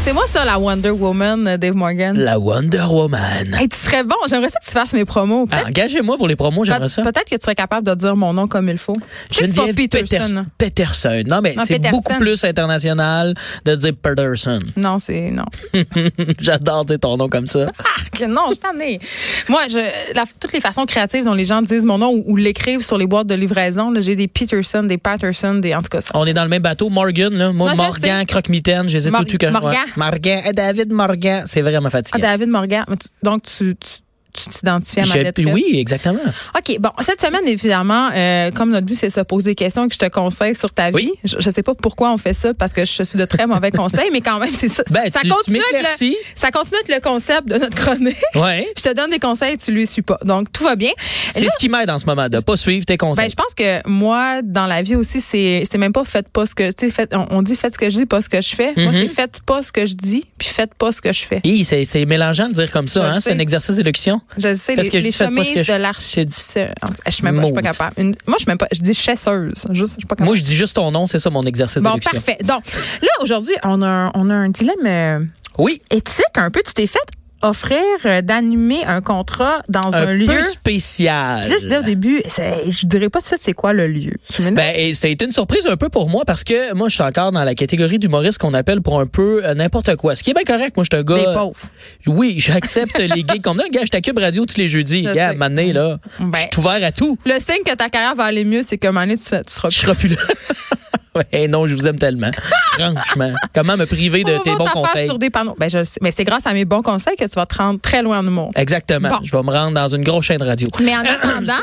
C'est moi ça, la Wonder Woman, Dave Morgan. La Wonder Woman. Hey, tu serais bon. J'aimerais ça que tu fasses mes promos. Engagez-moi pour les promos, j'aimerais ça. Peut-être que tu serais capable de dire mon nom comme il faut. Geneviève Peterson. Peterson. Non, mais c'est Peterson. beaucoup plus international de dire Peterson. Non. J'adore dire ton nom comme ça. Non, je t'en ai. Moi, toutes les façons créatives dont les gens disent mon nom ou l'écrivent sur les boîtes de livraison, là, j'ai des Peterson, des Patterson, en tout cas ça. On est dans le même bateau. Morgan, là. Moi, Morgan, Croque-Mitaine, j'hésite tout que Morgan. Morgan. David Morgan. C'est vraiment fatiguant. David Morgan. Donc, tu t'identifies à ma lettre. Oui, exactement. OK, bon, cette semaine, évidemment, comme notre but, c'est de se poser des questions et que je te conseille sur ta vie. Oui. Je sais pas pourquoi on fait ça, parce que je suis de très mauvais conseils, mais quand même, c'est ça. Ça continue d'être le concept de notre chronique. Ouais. Je te donne des conseils et tu les suis pas. Donc, tout va bien. C'est ce qui m'aide en ce moment, de pas suivre tes conseils. Ben, je pense que moi, dans la vie aussi, c'est même pas faites pas ce que, tu sais, on dit faites ce que je dis, pas ce que je fais. Moi, c'est faites pas ce que je dis, puis faites pas ce que je fais. C'est mélangeant de dire comme ça, hein. C'est un exercice d'élocution. Je sais, les chemises de l'archiduchesse. Je suis pas capable. Moi, je dis chasseuse. Je suis pas capable. Moi, je dis juste ton nom, c'est ça mon exercice d'élocution. Bon, parfait. Donc, là, aujourd'hui, on a un dilemme éthique un peu. Tu t'es fait offrir d'animer un contrat dans un lieu. Un peu spécial. Puis là, je disais au début, je dirais pas tout de suite c'est quoi le lieu. Ben, ça a été une surprise un peu pour moi parce que moi, je suis encore dans la catégorie d'humoriste qu'on appelle pour un peu n'importe quoi. Ce qui est bien correct. Moi, je suis un gars. Des pauvres. Oui, j'accepte les gigs comme ça. Gars, je t'occupe radio tous les jeudis. Gars, maintenant, là, je suis ouvert à tout. Le signe que ta carrière va aller mieux, c'est qu'à un moment donné, tu seras plus. Je serai plus là. Ouais, non, je vous aime tellement. Franchement. Comment me priver de tes bons conseils? Sur des panneaux. Ben, je sais. Mais c'est grâce à mes bons conseils que tu vas te rendre très loin en humour. Exactement. Bon. Je vais me rendre dans une grosse chaîne radio. Mais en attendant.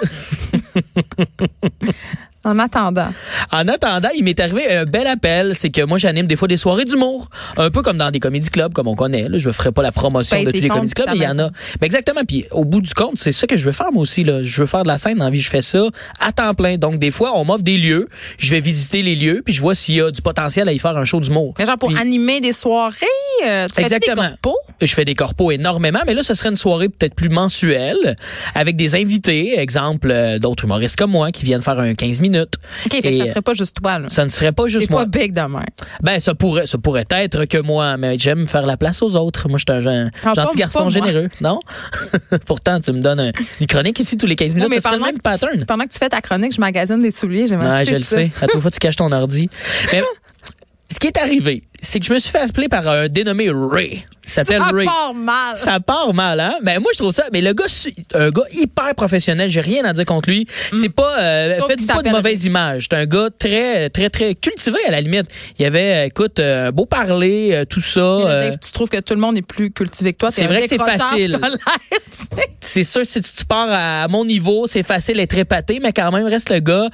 En attendant, il m'est arrivé un bel appel. C'est que moi, j'anime des fois des soirées d'humour. Un peu comme dans des comédie clubs, comme on connaît. Là, je ne ferai pas la promotion de tous les comédie clubs, mais il y en a. Mais exactement. Puis au bout du compte, c'est ça que je veux faire moi aussi. Là. Je veux faire de la scène dans la vie. Je fais ça à temps plein. Donc, des fois, on m'offre des lieux. Je vais visiter les lieux. Puis je vois s'il y a du potentiel à y faire un show d'humour. Mais genre pour animer des soirées, tu fais des corpos? Je fais des corpos énormément. Mais là, ce serait une soirée peut-être plus mensuelle avec des invités. Exemple, d'autres humoristes comme moi qui viennent faire un 15 minutes. OK, fait que ça serait pas juste toi, là. Ça ne serait pas juste moi. C'est pas big de même. Ben, ça pourrait être que moi, mais j'aime faire la place aux autres. Moi, je suis un gentil garçon généreux, non? Pourtant, tu me donnes une chronique ici tous les 15 minutes. Mais ça serait le même pattern. Pendant que tu fais ta chronique, je magasine des souliers. Ouais, je le sais. À toute fois, tu caches ton ordi. Mais ce qui est arrivé, c'est que je me suis fait appeler par un dénommé Ray. Il s'appelle Ray. Ça part mal. Ça part mal, hein? Ben, moi, je trouve ça. Mais le gars, un gars hyper professionnel. J'ai rien à dire contre lui. C'est pas, faites pas de mauvaise image. C'est un gars très, très, très cultivé, à la limite. Il y avait, écoute, beau parler, tout ça. Mais Dave, tu trouves que tout le monde est plus cultivé que toi? C'est vrai que c'est facile. C'est sûr, si tu pars à mon niveau, c'est facile d'être épaté, mais quand même, reste le gars.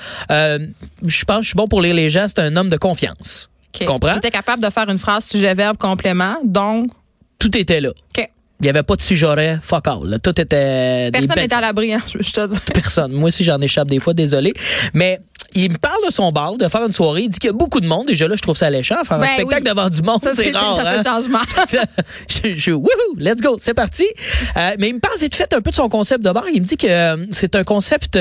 Je pense que je suis bon pour lire les gens. C'est un homme de confiance. Okay. Tu comprends? Tu étais capable de faire une phrase sujet-verbe complément, donc. Tout était là. OK. Il n'y avait pas de si j'aurais, fuck all. Là. Tout était. Personne n'était à l'abri, hein, je te dis. Personne. Moi aussi, j'en échappe des fois, désolé. Mais il me parle de son bar, de faire une soirée. Il dit qu'il y a beaucoup de monde. Déjà là, je trouve ça alléchant. Faire un spectacle devant du monde, ça, c'est rare. Ça fait changement. je wouhou, let's go, c'est parti. Mais il me parle vite fait un peu de son concept de bar. Il me dit que c'est un concept,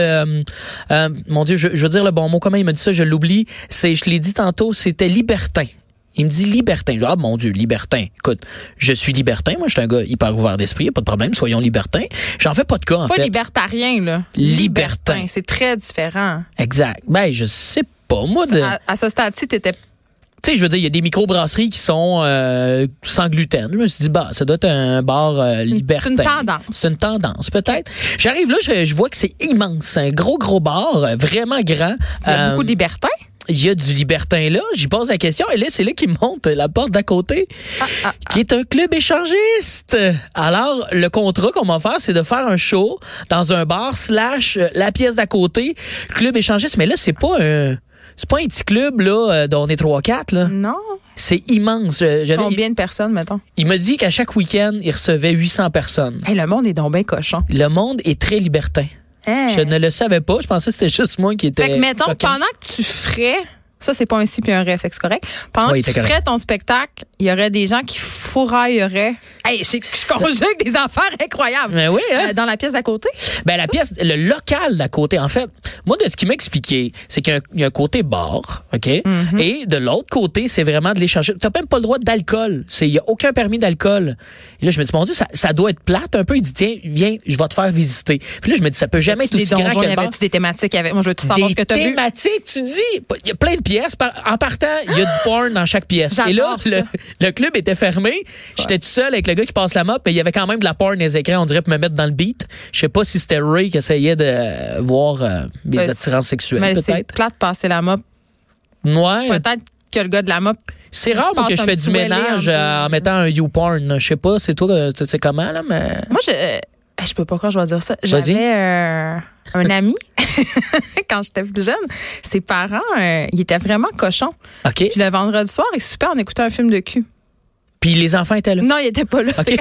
mon Dieu, je veux dire le bon mot. Comment il m'a dit ça? Je l'oublie. Je l'ai dit tantôt, c'était libertin. Il me dit libertin. Je dis, ah, mon Dieu, libertin. Écoute, je suis libertin. Moi, je suis un gars hyper ouvert d'esprit. Il n'y a pas de problème. Soyons libertins. J'en fais pas de cas, en fait. Pas libertarien, là. Libertin. C'est très différent. Exact. Ben, je sais pas. Moi, à ce stade-ci, t'étais. Tu sais, je veux dire, il y a des microbrasseries qui sont sans gluten. Je me suis dit, ça doit être un bar libertin. C'est une tendance. C'est une tendance, peut-être. J'arrive là, je vois que c'est immense. C'est un gros bar, vraiment grand. Il y a beaucoup de libertins? Il y a du libertin là. J'y pose la question. Et là, c'est là qu'il monte la porte d'à côté, qui est un club échangiste. Alors, le contrat qu'on m'a fait, c'est de faire un show dans un bar / la pièce d'à côté, club échangiste. Mais là, c'est pas un petit club là dont on est 3-4 là. Non. C'est immense. Combien de personnes, mettons? Il m'a dit qu'à chaque week-end, il recevait 800 personnes. Hey, le monde est donc bien cochon. Le monde est très libertin. Hey. Je ne le savais pas. Je pensais que c'était juste moi qui était. Fait que, mettons, coquin. pendant que tu ferais, ça, c'est pas un si puis un rêve, c'est correct. Pendant que tu ferais ton spectacle, il y aurait des gens qui fourraillerait. Hey, je conjugue des affaires incroyables. Mais oui, hein? Dans la pièce d'à côté? Ben, la pièce, le local d'à côté, en fait, moi, de ce qu'il m'a expliqué, c'est qu'il y a un côté bar, OK? Et de l'autre côté, c'est vraiment de l'échanger. T'as même pas le droit d'alcool. Il y a aucun permis d'alcool. Et là, je me dis, mon Dieu, ça doit être plate un peu. Il dit, tiens, viens, je vais te faire visiter. Puis là, je me dis, ça peut jamais être aussi grand que le bar. Des thématiques avec. Moi, je veux tout savoir ce que t'as vu. Des thématiques, tu dis. Il y a plein de pièces. En partant, il y a du porn dans chaque pièce. Et là, le club était fermé. J'étais tout seul avec le gars qui passe la mop, mais il y avait quand même de la porn dans les écrans, on dirait, pour me mettre dans le beat. Je sais pas si c'était Ray qui essayait de voir des attirances sexuelles, peut-être. C'est plate de passer la mop. Ouais. Peut-être que le gars de la mop. C'est rare que je fais du ménage en mettant un YouPorn. Je sais pas, c'est toi, tu sais comment, là, mais. Moi, je peux pas croire que je vais dire ça. J'avais un ami, quand j'étais plus jeune. Ses parents, ils étaient vraiment cochons. OK. Puis le vendredi soir, ils soupaient, on écoutait un film de cul. Puis les enfants étaient là? Non, ils étaient pas là. Okay.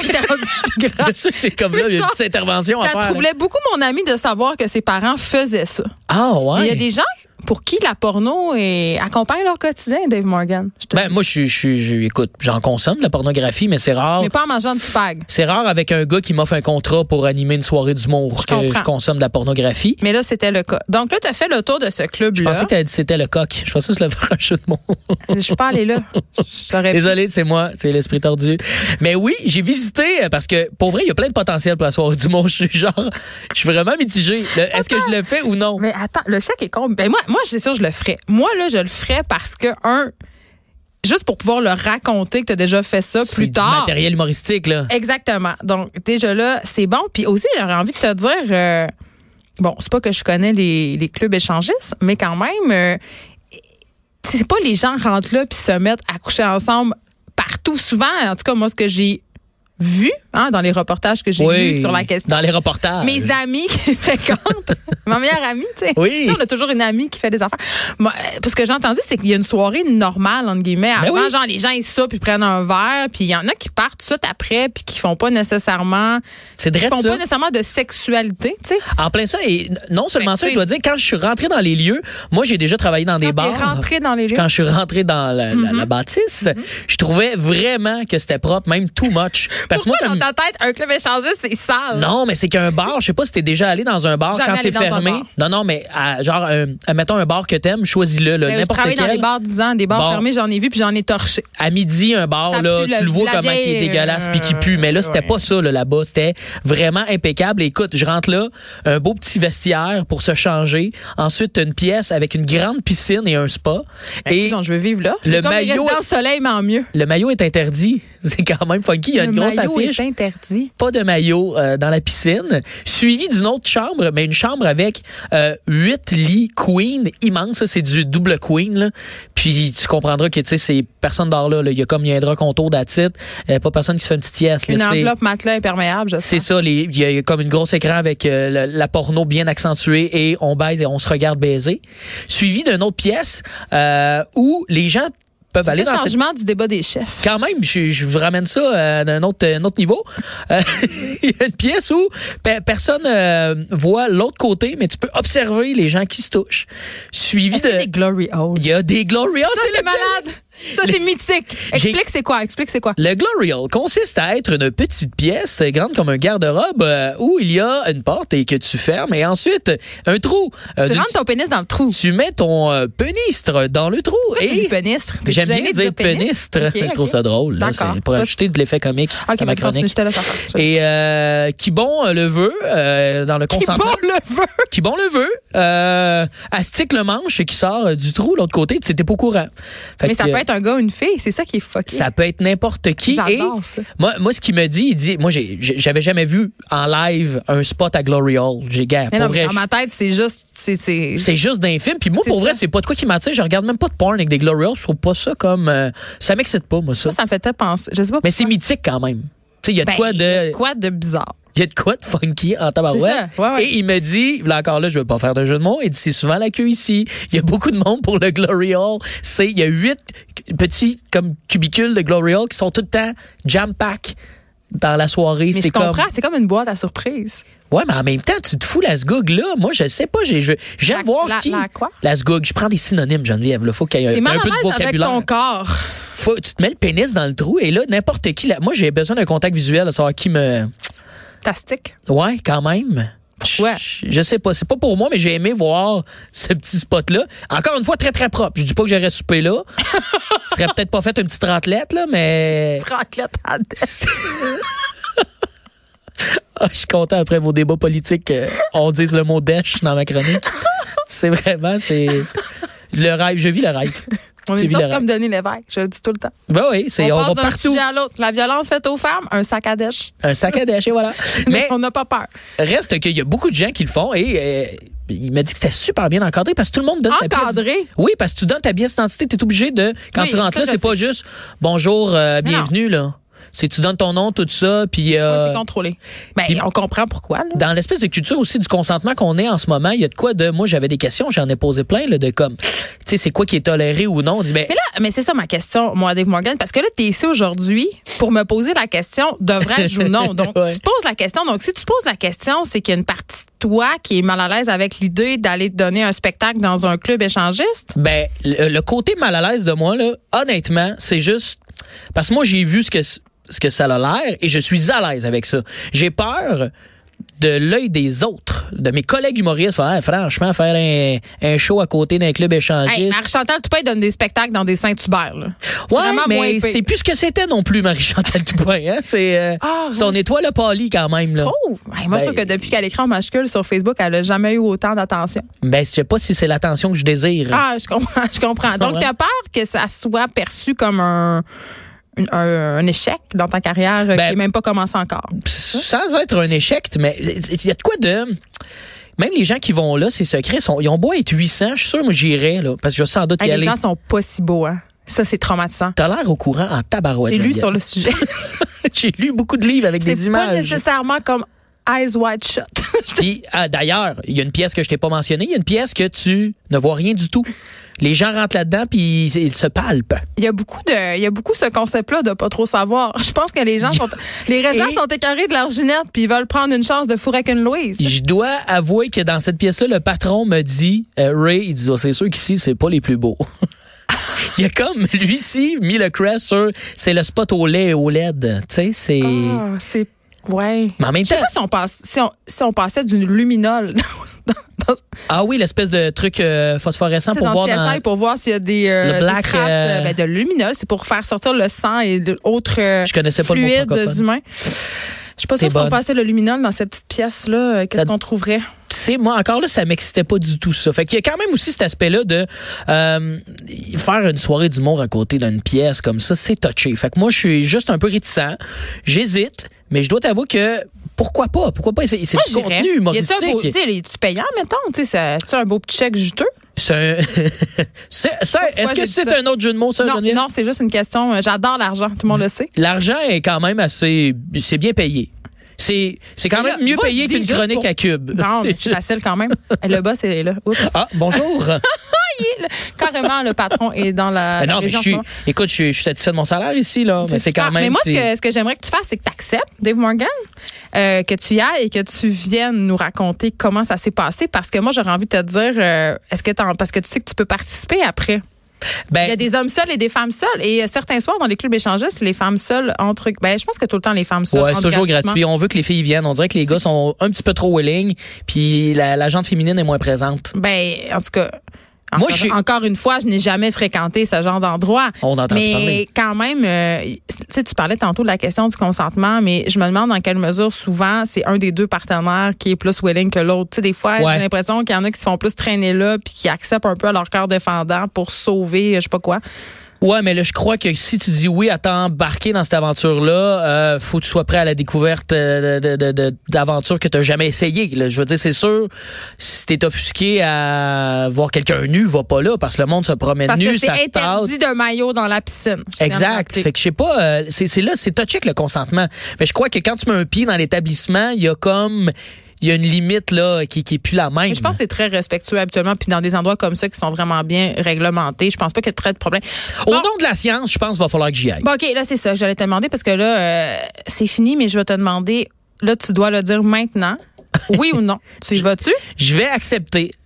Je sais que c'est comme là, il y a une petite intervention à faire. Ça troublait beaucoup mon ami de savoir que ses parents faisaient ça. Ah ouais? Il y a des gens pour qui la porno accompagne leur quotidien, Dave Morgan. Moi, écoute, j'en consomme de la pornographie, mais c'est rare. Mais pas en mangeant du spag. C'est rare avec un gars qui m'offre un contrat pour animer une soirée d'humour que je consomme de la pornographie. Mais là, c'était le cas. Donc là, tu as fait le tour de ce club-là. Je pensais que c'était le coq. Je pensais que c'était le jeu de mots. Je suis pas allée là. Désolé, c'est moi, c'est l'esprit tordu. Mais oui, j'ai visité parce que, pour vrai, il y a plein de potentiel pour la soirée d'humour. Je suis vraiment mitigée. Est-ce que je le fais ou non? Mais attends, le chèque est con. Ben moi, c'est sûr, je le ferais. Moi, là, je le ferais parce que, juste pour pouvoir le raconter que tu as déjà fait ça plus tard. C'est du matériel humoristique, là. Exactement. Donc, déjà là, c'est bon. Puis aussi, j'aurais envie de te dire, bon, c'est pas que je connais les clubs échangistes, mais quand même, c'est pas les gens rentrent là puis se mettent à coucher ensemble partout. Souvent, en tout cas, moi, ce que j'ai vu dans les reportages que j'ai vus sur la question. Dans les reportages. Mes amis qui fréquentent, ma meilleure amie, tu sais. Oui. On a toujours une amie qui fait des affaires. Moi, ce que j'ai entendu, c'est qu'il y a une soirée normale, entre guillemets. Avant, genre, les gens, ils soupent, ils prennent un verre, puis il y en a qui partent tout de suite après, puis qui font pas nécessairement. Pas nécessairement de sexualité, tu sais. En plein ça, et non seulement ça, je dois dire, quand je suis rentrée dans les lieux, moi, j'ai déjà travaillé dans des bars. Quand je suis rentrée dans la bâtisse, je trouvais vraiment que c'était propre, même too much. Parce que moi, dans ta tête, un club échangiste, c'est sale? Non, mais c'est qu'un bar, je sais pas si t'es déjà allé dans un bar quand c'est fermé. Non, mais mettons un bar que t'aimes, choisis-le. N'importe quel. Je travaille dans les bars 10 ans, des bars fermés, j'en ai vu puis j'en ai torché. À midi, un bar, là, tu le vois comment il est dégueulasse puis qui pue. Mais là, c'était pas ça, là-bas. C'était vraiment impeccable. Et écoute, je rentre là, un beau petit vestiaire pour se changer. Ensuite, une pièce avec une grande piscine et un spa. Et je veux vivre là. C'est comme les résidences soleil, mais en mieux. Le maillot est interdit. C'est quand même funky. Il y a une grosse affiche. Le maillot est interdit. Pas de maillot dans la piscine. Suivi d'une autre chambre, mais une chambre avec 8 lits queen immenses. C'est du double queen. Là. Puis tu comprendras que c'est personne dort là. Il y a un drap contour d'attitude. Pas personne qui se fait une petite sieste. Une enveloppe matelas imperméable, je sais. C'est ça. Il y a comme une grosse écran avec la porno bien accentuée et on baise et on se regarde baiser. Suivi d'une autre pièce où les gens peuvent aller dans le changement du débat des chefs. Quand même, je vous ramène ça d'un autre niveau. Il y a une pièce où personne voit l'autre côté, mais tu peux observer les gens qui se touchent. Suivi de... des glory holes. Il y a des glory holes. Ça, c'est malade! Ça, c'est mythique. Explique c'est quoi. Le glory hole consiste à être une petite pièce grande comme un garde-robe où il y a une porte et que tu fermes et ensuite un trou. Tu rentres ton pénis dans le trou. Tu mets ton penistre dans le trou. Pourquoi tu dis penistre? J'aime bien dire penistre. Okay, je trouve ça drôle. Là, c'est pour ajouter de l'effet comique à ma chronique. Et qui bon le veut dans le consentement. Qui bon le veut. Astique le manche et qui sort du trou l'autre côté. Tu n'étais pas au courant. Mais ça peut être un gars ou une fille, c'est ça qui est fucké. Ça peut être n'importe qui. J'adore ça. Moi, ce qu'il me dit, il dit, moi, j'avais jamais vu en live un spot à Glory Hall. Dans ma tête, c'est juste, c'est juste d'un film. Puis moi, pour vrai, c'est pas de quoi qui m'attire. Je regarde même pas de porn avec des Glory Hall. Je trouve pas ça comme, ça m'excite pas, moi, ça. Ça me fait très penser. Je sais pas. Mais c'est mythique quand même. Tu sais, il y a de quoi de bizarre. Il y a de quoi de funky en tabarouette. Ouais. Et il me dit, là encore là, je veux pas faire de jeu de mots, il dit, c'est souvent la queue ici. Il y a beaucoup de monde pour le Glory Hall. Il y a 8 petits comme cubicules de Glory Hall qui sont tout le temps jam-pack dans la soirée. Mais je comprends, c'est comme une boîte à surprise. Ouais, mais en même temps, tu te fous la sgoug là. Moi, je sais pas, j'aime voir qui. La quoi? La sgoug. Je prends des synonymes, Geneviève. Il faut qu'il y ait un peu de vocabulaire. Avec ton corps. tu te mets le pénis dans le trou et là, n'importe qui, moi, j'ai besoin d'un contact visuel à savoir qui me... Tastique. Ouais, quand même. Ouais. Je sais pas, c'est pas pour moi, mais j'ai aimé voir ce petit spot-là. Encore une fois, très, très propre. Je dis pas que j'aurais soupé là. Je serais peut-être pas fait une petite raclette, là, mais... Petite raclette à dèche. Je suis content après vos débats politiques. On dise le mot dèche dans ma chronique. C'est vraiment, le rêve. Je vis le rêve. On est c'est comme Denis Lévesque, je le dis tout le temps. Ben oui, on va partout. Sujet à l'autre. La violence faite aux femmes, un sac à dèche. Un sac à dèche, et voilà. Mais on n'a pas peur. Reste qu'il y a beaucoup de gens qui le font et il m'a dit que c'était super bien encadré parce que tout le monde donne sa pièce. Encadré? Oui, parce que tu donnes ta pièce d'identité, tu es obligé de, quand tu rentres là, c'est pas juste bonjour, bienvenue, là. C'est tu donnes ton nom, tout ça, puis... c'est contrôlé. Ben, on comprend pourquoi. Là. Dans l'espèce de culture aussi du consentement qu'on est en ce moment, il y a de quoi de... Moi, j'avais des questions, j'en ai posé plein, là, de comme... Tu sais, c'est quoi qui est toléré ou non? On dit, mais c'est ça ma question, moi, Dave Morgan, parce que là, tu es ici aujourd'hui pour me poser la question, devrais-je ou non? Donc, tu poses la question. Donc, si tu poses la question, c'est qu'il y a une partie de toi qui est mal à l'aise avec l'idée d'aller te donner un spectacle dans un club échangiste? Ben, le côté mal à l'aise de moi, là, honnêtement, c'est juste... Parce que moi, j'ai vu ce que ça a l'air et je suis à l'aise avec ça. J'ai peur de l'œil des autres, de mes collègues humoristes. Franchement, faire un show à côté d'un club échangiste. Hey, Marie-Chantal Toupin donne des spectacles dans des Saint-Hubert. Là. Ouais, mais c'est plus ce que c'était non plus, Marie-Chantal Toupin. Hein? C'est son étoile pâlie quand même. Tu trouves? Moi, je trouve que depuis qu'elle écrit en majuscule sur Facebook, elle n'a jamais eu autant d'attention. Ben, je sais pas si c'est l'attention que je désire. Ah, je comprends. Donc, tu as peur que ça soit perçu comme un échec dans ta carrière qui n'est même pas commencé encore. Sans être un échec, mais il y a de quoi de... Même les gens qui vont là, c'est secret, ils ont beau être 800, je suis sûr, moi j'irais, là, parce que je sans doute y aller. Les gens sont pas si beaux, hein. Ça, c'est traumatisant. T'as l'air au courant en tabarouette. J'ai lu sur le sujet. J'ai lu beaucoup de livres avec des images. C'est pas nécessairement comme Eyes Wide Shut. Puis, d'ailleurs, il y a une pièce que je t'ai pas mentionnée. Il y a une pièce que tu ne vois rien du tout. Les gens rentrent là-dedans puis ils se palpent. Il y a beaucoup ce concept-là de pas trop savoir. Je pense que les gens sont écœurés de leur ginette puis ils veulent prendre une chance de fourrer avec une Louise. Je dois avouer que dans cette pièce-là, le patron me dit, Ray, il dit, c'est sûr qu'ici, c'est pas les plus beaux. Il a comme, lui-ci, mis le crest sur, c'est le spot au lait et au LED. Tu sais, c'est... Ah, c'est... Ouais. Mais en même temps... Je sais pas si on passait d'une luminol... Ah oui, l'espèce de truc phosphorescent pour voir CSI, pour voir s'il y a des traces de luminol. C'est pour faire sortir le sang et d'autres fluides humains. Je sais pas si on passait le luminol dans cette petite pièce-là. Qu'est-ce qu'on trouverait? Moi, encore là, ça m'excitait pas du tout, ça. Fait qu'il y a quand même aussi cet aspect-là de faire une soirée d'humour à côté d'une pièce comme ça, c'est touché. Fait que moi, je suis juste un peu réticent. J'hésite, mais je dois t'avouer que pourquoi pas? C'est du contenu humoristique. Es-tu payant, mettons? C'est un beau petit chèque juteux? Est-ce que c'est un autre jeu de mots, ça, Geneviève? Non, c'est juste une question. J'adore l'argent, tout le monde le sait. L'argent est quand même assez... C'est bien payé. C'est quand même mieux payé qu'une chronique à Cube. Non, mais c'est facile quand même. Le boss est là. Oups. Ah, bonjour. Carrément, le patron est dans la région. Écoute, je suis satisfait de mon salaire ici, là. Mais c'est quand même... Mais moi, ce que j'aimerais que tu fasses, c'est que tu acceptes, Dave Morgan, que tu y ailles et que tu viennes nous raconter comment ça s'est passé. Parce que moi, j'aurais envie de te dire, parce que tu sais que tu peux participer après. Il y a des hommes seuls et des femmes seules. Et certains soirs, dans les clubs échangistes, les femmes seules entrent... je pense que tout le temps, les femmes seules entrent. Ouais, c'est toujours gratuit. On veut que les filles viennent. On dirait que les gars sont un petit peu trop willing, puis la gente féminine est moins présente. En tout cas... Encore une fois, je n'ai jamais fréquenté ce genre d'endroit. On entend parler. Mais quand même, tu parlais tantôt de la question du consentement, mais je me demande dans quelle mesure souvent c'est un des deux partenaires qui est plus willing que l'autre. Tu sais, des fois, j'ai l'impression qu'il y en a qui se font plus traîner là puis qui acceptent un peu à leur cœur défendant pour sauver, je sais pas quoi. Ouais, mais là, je crois que si tu dis oui à t'embarquer dans cette aventure-là, faut que tu sois prêt à la découverte d'aventures que tu n'as jamais essayé. Là. Je veux dire, c'est sûr, si t'es offusqué à voir quelqu'un nu, va pas là, parce que le monde se promène nu, ça se tasse. Parce que c'est interdit d'un maillot dans la piscine. Exact. Fait que je sais pas, c'est touché avec le consentement. Mais je crois que quand tu mets un pied dans l'établissement, il y a une limite là qui est plus la même. Je pense que c'est très respectueux habituellement, puis dans des endroits comme ça qui sont vraiment bien réglementés, je pense pas qu'il y ait très de problème. Au nom de la science, je pense qu'il va falloir que j'y aille. Bon, OK, là c'est ça, j'allais te demander parce que là c'est fini, mais je vais te demander, là tu dois le dire maintenant. Oui ou non? Tu y vas-tu? Je vais accepter.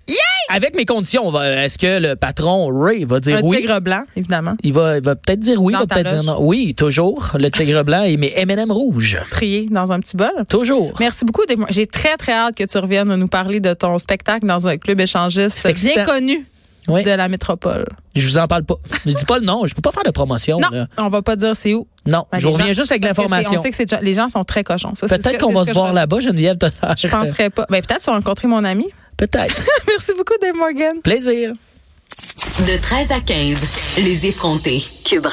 Yeah! Avec mes conditions, est-ce que le patron Ray va dire oui? Un tigre blanc, évidemment. Il va peut-être dire oui, il va peut-être dire non. Oui, toujours. Le tigre blanc et mes M&M rouges. Trié dans un petit bol. Toujours. Merci beaucoup. J'ai très, très hâte que tu reviennes nous parler de ton spectacle dans un club échangiste bien connu. Oui. De la métropole. Je vous en parle pas. Je dis pas le nom. Je peux pas faire de promotion. Non, là. On va pas dire c'est où. Non, je reviens juste avec l'information. On sait que les gens sont très cochons. Ça, peut-être qu'on va se voir là-bas, Geneviève. Je penserais pas. Peut-être tu vas rencontrer mon ami. Peut-être. Merci beaucoup, Dave Morgan. Plaisir. De 13 à 15, les effrontés. Cube